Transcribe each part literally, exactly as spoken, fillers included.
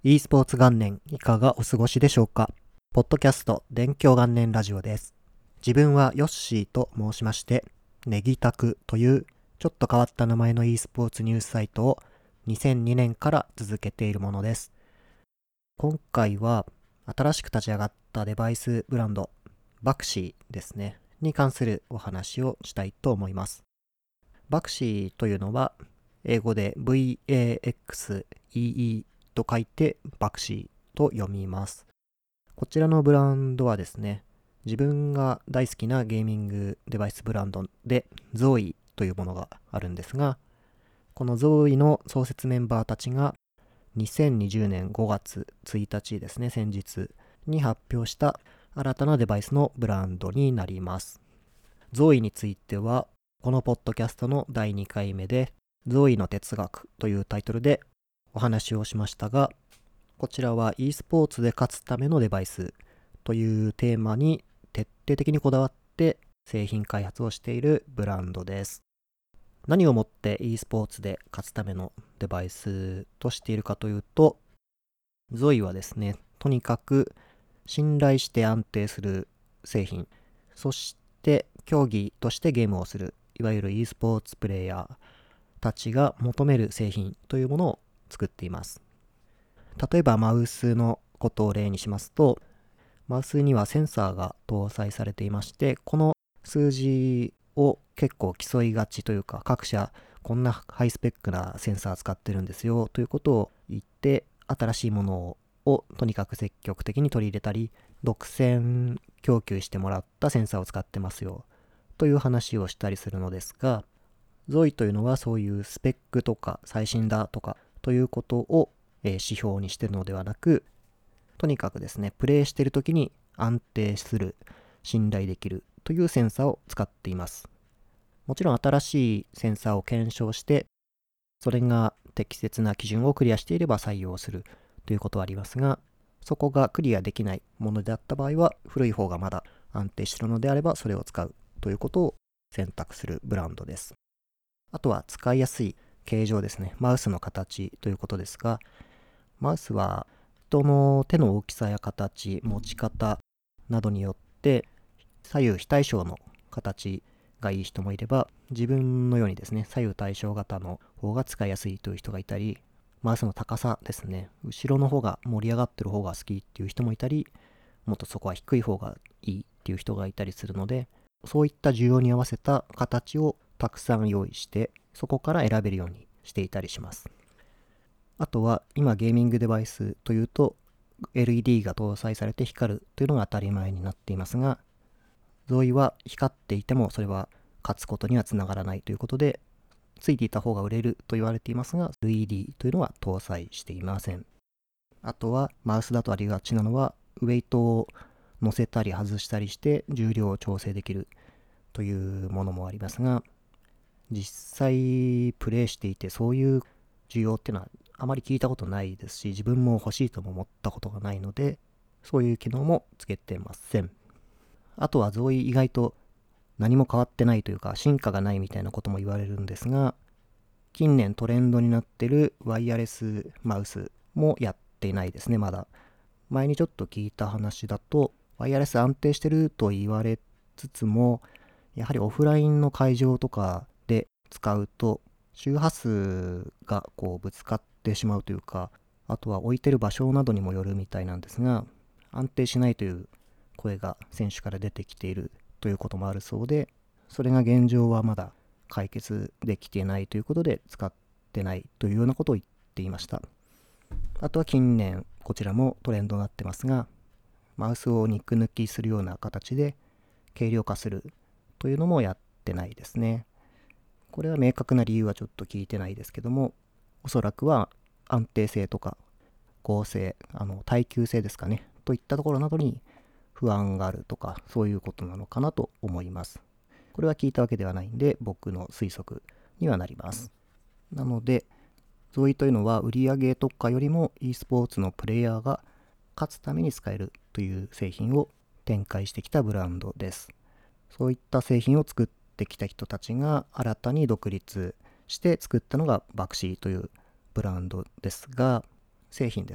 e スポーツ元年いかがお過ごしでしょうか。ポッドキャスト勉強元年ラジオです。自分はヨッシーと申しまして、ネギタクというちょっと変わった名前の e スポーツニュースサイトをにせんにねんから続けているものです。今回は新しく立ち上がったデバイスブランドバクシーですねに関するお話をしたいと思います。バクシーというのは英語で ブイエーエックスイーイー と書いてバクシーと読みます。こちらのブランドはですね、自分が大好きなゲーミングデバイスブランドで ゾーイ というものがあるんですが、この ゾーイ の創設メンバーたちがにせんにじゅうねんごがつついたちですね、先日に発表した新たなデバイスのブランドになります。ゾーイ については、このポッドキャストのだいにかいめで、ゾーイの哲学というタイトルでお話をしましたが、こちらは e スポーツで勝つためのデバイスというテーマに徹底的にこだわって製品開発をしているブランドです。何をもって e スポーツで勝つためのデバイスとしているかというと、ゾイはですね、とにかく信頼して安定する製品、そして競技としてゲームをする、いわゆる e スポーツプレイヤーたちが求める製品というものを作っています。例えばマウスのことを例にしますと、マウスにはセンサーが搭載されていまして、この数字を結構競いがちというか、各社こんなハイスペックなセンサー使ってるんですよということを言って、新しいものをとにかく積極的に取り入れたり、独占供給してもらったセンサーを使ってますよという話をしたりするのですが、ゾイというのはそういうスペックとか最新だとかということを、えー、指標にしているのではなく、とにかくですね、プレイしているときに安定する、信頼できるというセンサーを使っています。もちろん新しいセンサーを検証して、それが適切な基準をクリアしていれば採用するということはありますが、そこがクリアできないものであった場合は、古い方がまだ安定しているのであればそれを使うということを選択するブランドです。あとは使いやすい形状ですね。マウスの形ということですが、マウスは人の手の大きさや形、持ち方などによって左右非対称の形がいい人もいれば、自分のようにですね、左右対称型の方が使いやすいという人がいたり、マウスの高さですね、後ろの方が盛り上がってる方が好きっていう人もいたり、もっとそこは低い方がいいっていう人がいたりするので、そういった需要に合わせた形をたくさん用意して、そこから選べるようにしていたりします。あとは今ゲーミングデバイスというと エルイーディー が搭載されて光るというのが当たり前になっていますが、ゾイは光っていてもそれは勝つことにはつながらないということで、ついていた方が売れると言われていますが、エルイーディー というのは搭載していません。あとはマウスだとありがちなのは、ウェイトを乗せたり外したりして重量を調整できるというものもありますが、実際プレイしていてそういう需要っていうのはあまり聞いたことないですし、自分も欲しいとも思ったことがないので、そういう機能もつけてません。あとはゾイ意外と何も変わってないというか進化がないみたいなことも言われるんですが、近年トレンドになってるワイヤレスマウスもやっていないですね、まだ。前にちょっと聞いた話だと、ワイヤレス安定してると言われつつも、やはりオフラインの会場とかで使うと周波数がこうぶつかってしまうというか、あとは置いてる場所などにもよるみたいなんですが、安定しないという声が選手から出てきているということもあるそうで、それが現状はまだ解決できていないということで使ってないというようなことを言っていました。あとは近年こちらもトレンドになってますが、マウスを肉抜きするような形で軽量化するというのもやってないですね。これは明確な理由はちょっと聞いてないですけども、おそらくは安定性とか剛性、あの耐久性ですかね、といったところなどに不安があるとか、そういうことなのかなと思います。これは聞いたわけではないんで、僕の推測にはなります。なので、ゾイというのは売上特化よりも e スポーツのプレイヤーが勝つために使えるという製品を展開してきたブランドです。そういった製品を作ってきた人たちが新たに独立して作ったのがバクシーというブランドですが、製品ですね。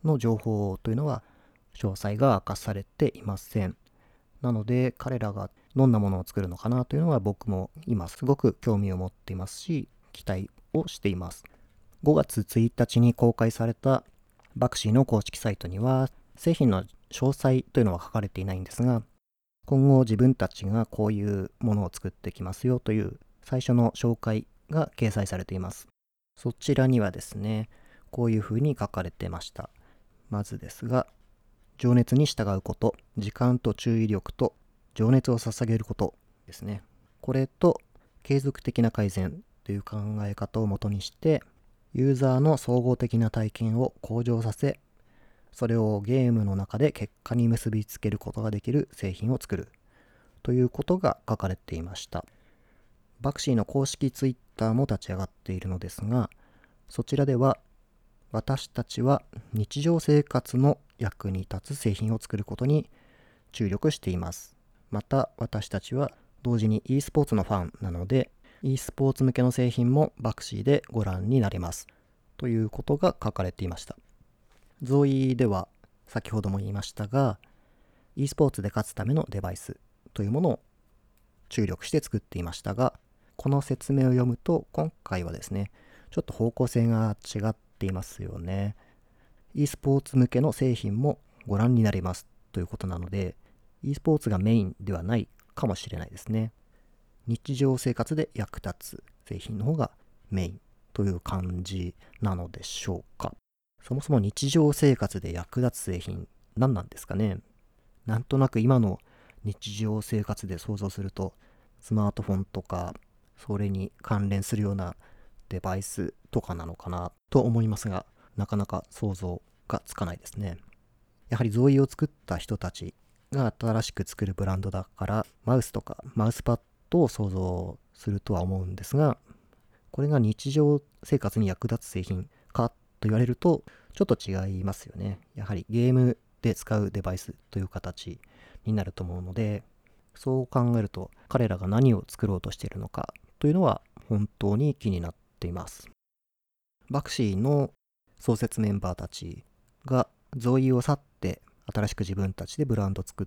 の情報というのは詳細が明かされていません。なので彼らがどんなものを作るのかなというのは僕も今すごく興味を持っていますし、期待をしています。ごがつついたちに公開されたバクシーの公式サイトには製品の詳細というのは書かれていないんですが、今後自分たちがこういうものを作ってきますよという最初の紹介が掲載されています。そちらにはですね、こういうふうに書かれてました。まずですが、情熱に従うこと、時間と注意力と情熱を捧げることですね。これと継続的な改善という考え方をもとにして、ユーザーの総合的な体験を向上させ、それをゲームの中で結果に結びつけることができる製品を作るということが書かれていました。バクシーの公式ツイッターも立ち上がっているのですが、そちらでは私たちは日常生活の役に立つ製品を作ることに注力しています。また私たちは同時に e スポーツのファンなので e スポーツ向けの製品もバクシーでご覧になれますということが書かれていました。ゾイでは先ほども言いましたが e スポーツで勝つためのデバイスというものを注力して作っていましたが、この説明を読むと今回はですね、ちょっと方向性が違っていますよね。e スポーツ向けの製品もご覧になれますということなので、e スポーツがメインではないかもしれないですね。日常生活で役立つ製品の方がメインという感じなのでしょうか。そもそも日常生活で役立つ製品何なんですかね。なんとなく今の日常生活で想像するとスマートフォンとかそれに関連するようなデバイスとかなのかなと思いますが、なかなか想像がつかないですね。やはりゾイを作った人たちが新しく作るブランドだからマウスとかマウスパッドを想像するとは思うんですが、これが日常生活に役立つ製品かと言われるとちょっと違いますよね。やはりゲームで使うデバイスという形になると思うので、そう考えると彼らが何を作ろうとしているのかというのは本当に気になっています。バクシーの創設メンバーたちがゾイを去って新しく自分たちでブランド作って、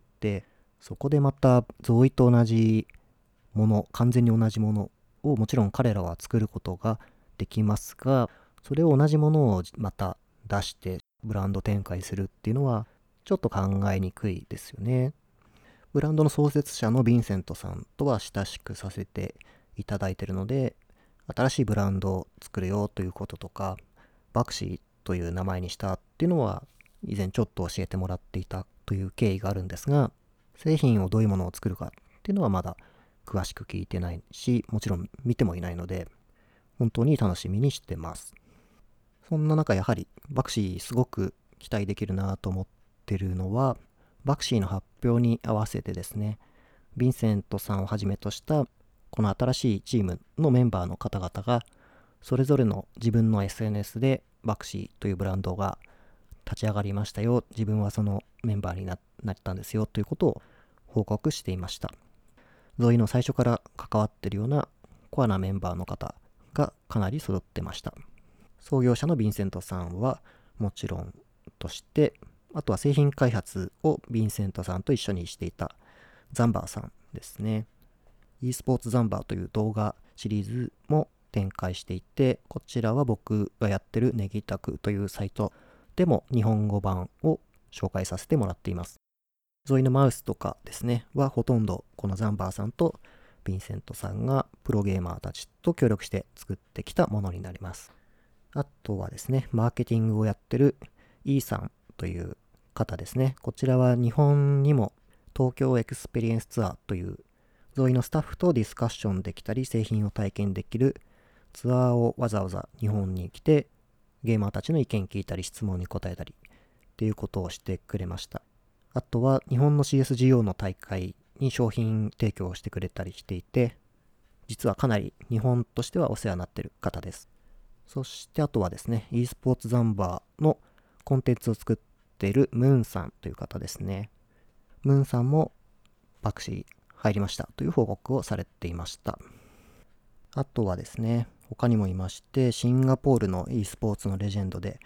そこでまたゾイと同じもの、完全に同じものをもちろん彼らは作ることができますが、それを同じものをまた出してブランド展開するっていうのはちょっと考えにくいですよね。ブランドの創設者のヴィンセントさんとは親しくさせていただいているので、新しいブランドを作るよということとか、バクシーという名前にしたっていうのは以前ちょっと教えてもらっていたという経緯があるんですが、製品をどういうものを作るかっていうのはまだ詳しく聞いてないし、もちろん見てもいないので本当に楽しみにしてます。そんな中やはりバクシーすごく期待できるなと思ってるのは、バクシーの発表に合わせてですね、ヴィンセントさんをはじめとしたこの新しいチームのメンバーの方々がそれぞれの自分の エスエヌエス でバクシーというブランドが立ち上がりましたよ、自分はそのメンバーに な, なったんですよということを報告していました。ゾイの最初から関わっているようなコアなメンバーの方がかなり揃ってました。創業者のヴィンセントさんはもちろんとして、あとは製品開発をヴィンセントさんと一緒にしていたザンバーさんですね。e スポーツザンバーという動画シリーズも展開していて、こちらは僕がやってるネギタクというサイトでも日本語版を紹介させてもらっています。ゾイのマウスとかですねはほとんどこのザンバーさんとヴィンセントさんがプロゲーマーたちと協力して作ってきたものになります。あとはですね、マーケティングをやってる E さんという方ですね。こちらは日本にも東京エクスペリエンスツアーというゾイのスタッフとディスカッションできたり製品を体験できるツアーをわざわざ日本に来てゲーマーたちの意見聞いたり質問に答えたりっていうことをしてくれました。あとは日本の シーエスジーオー の大会に商品提供をしてくれたりしていて、実はかなり日本としてはお世話になっている方です。そしてあとはですね、e スポーツザンバーのコンテンツを作っているムーンさんという方ですね。ムーンさんもバクシー入りましたという報告をされていました。あとはですね、他にもいまして、シンガポールの e スポーツのレジェンドでフ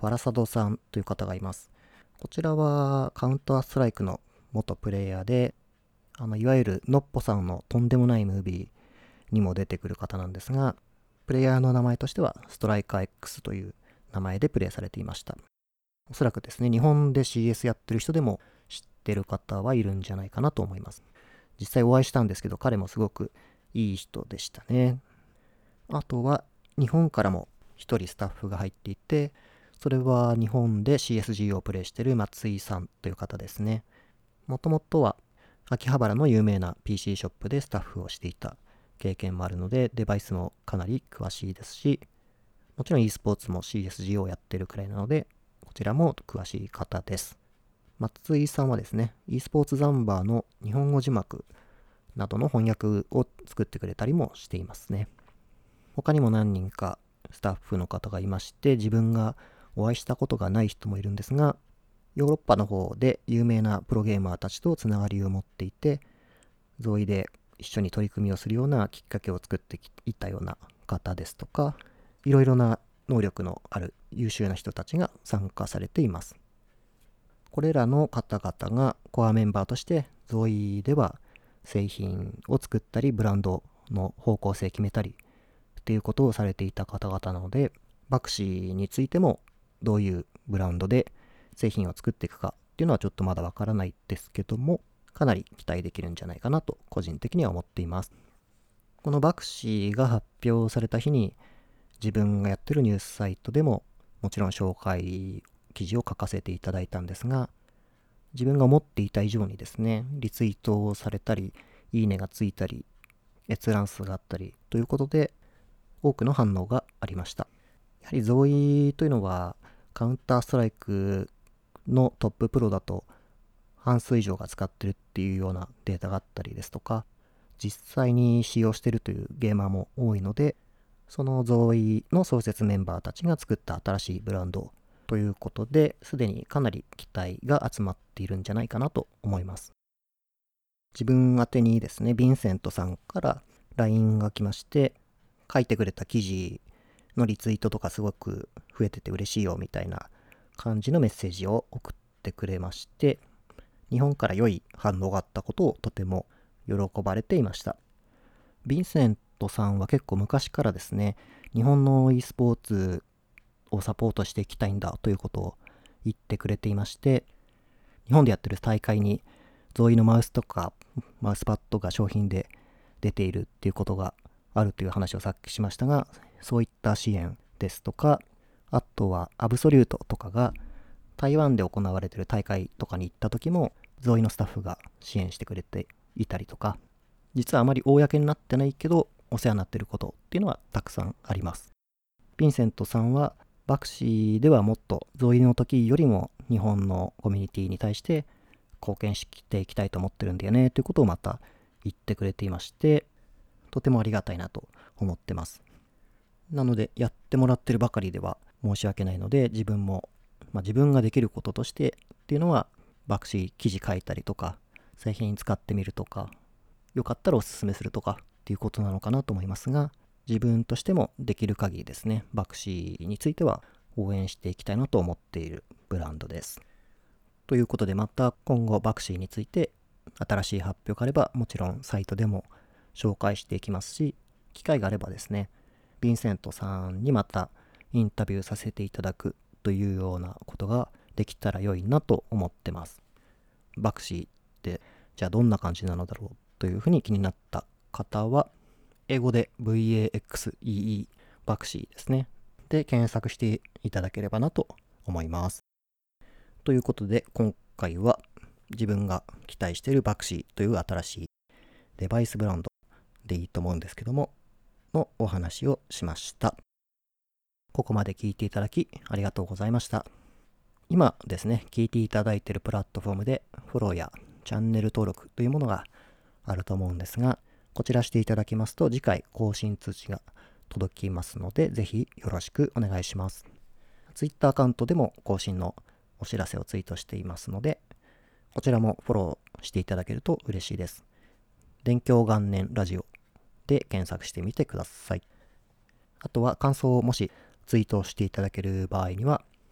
ファラサドさんという方がいます。こちらはカウンターストライクの元プレイヤーで、あのいわゆるノッポさんのとんでもないムービーにも出てくる方なんですが、プレイヤーの名前としてはストライカー X という名前でプレイされていました。おそらくですね、日本で シーエス やってる人でも知ってる方はいるんじゃないかなと思います。実際お会いしたんですけど、彼もすごくいい人でしたね。あとは日本からも一人スタッフが入っていて、それは日本で シーエスジー をプレイしている松井さんという方ですね。もともとは秋葉原の有名な ピーシー ショップでスタッフをしていた経験もあるので、デバイスもかなり詳しいですし、もちろん e スポーツも シーエスジー をやってるくらいなので、こちらも詳しい方です。松井さんはですね、e スポーツザンバーの日本語字幕などの翻訳を作ってくれたりもしていますね。他にも何人かスタッフの方がいまして、自分がお会いしたことがない人もいるんですが、ヨーロッパの方で有名なプロゲーマーたちとつながりを持っていて、ゾーイで一緒に取り組みをするようなきっかけを作っていたような方ですとか、いろいろな能力のある優秀な人たちが参加されています。これらの方々がコアメンバーとしてゾーイでは製品を作ったり、ブランドの方向性決めたりっていうことをされていた方々なので、バクシーについてもどういうブランドで製品を作っていくかっていうのはちょっとまだわからないですけども、かなり期待できるんじゃないかなと個人的には思っています。このバクシーが発表された日に自分がやってるニュースサイトでももちろん紹介記事を書かせていただいたんですが、自分が思っていた以上にですね、リツイートをされたり、いいねがついたり、閲覧数があったりということで多くの反応がありました。やはりゾーイというのはカウンターストライクのトッププロだと半数以上が使ってるっていうようなデータがあったりですとか、実際に使用してるというゲーマーも多いので、そのゾーイの創設メンバーたちが作った新しいブランドということで、すでにかなり期待が集まっているんじゃないかなと思います。自分宛てにですね、ヴィンセントさんから ライン が来まして、書いてくれた記事のリツイートとかすごく増えてて嬉しいよみたいな感じのメッセージを送ってくれまして、日本から良い反応があったことをとても喜ばれていました。ヴィンセントさんは結構昔からですね、日本の e スポーツをサポートしていきたいんだということを言ってくれていまして、日本でやってる大会にゾーイのマウスとかマウスパッドが商品で出ているっていうことがあるという話をさっきしましたが、そういった支援ですとか、あとはアブソリュートとかが台湾で行われている大会とかに行った時もゾーイのスタッフが支援してくれていたりとか、実はあまり公になってないけどお世話になっていることっていうのはたくさんあります。ヴィンセントさんはバクシーではもっとゾーイの時よりも日本のコミュニティに対して貢献していきたいと思ってるんだよねということをまた言ってくれていまして、とてもありがたいなと思ってます。なのでやってもらってるばかりでは申し訳ないので、自分も、まあ、自分ができることとしてっていうのはバクシー記事書いたりとか製品使ってみるとか、よかったらおすすめするとかっていうことなのかなと思いますが、自分としてもできる限りですね、バクシーについては応援していきたいなと思っているブランドです。ということで、また今後バクシーについて新しい発表があればもちろんサイトでも紹介していきますし、機会があればですね、ヴィンセントさんにまたインタビューさせていただくというようなことができたら良いなと思ってます。バクシーってじゃあどんな感じなのだろうというふうに気になった方は、英語で ブイエーエックスイーイー バクシーですね。で検索していただければなと思います。ということで今回は自分が期待しているバクシーという新しいデバイスブランドでいいと思うんですけどものお話をしました。ここまで聞いていただきありがとうございました。今ですね、聞いていただいているプラットフォームでフォローやチャンネル登録というものがあると思うんですが、こちらしていただきますと次回更新通知が届きますので、ぜひよろしくお願いします。Twitter アカウントでも更新のお知らせをツイートしていますので、こちらもフォローしていただけると嬉しいです。勉強元年ラジオで検索してみてください。あとは感想をもしツイートしていただける場合には、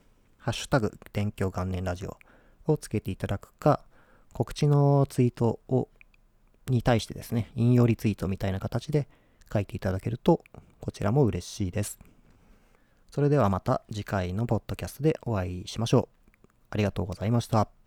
ハッシュタグ勉強元年ラジオをつけていただくか、告知のツイートをに対してですね、引用リツイートみたいな形で書いていただけると、こちらも嬉しいです。それではまた次回のポッドキャストでお会いしましょう。ありがとうございました。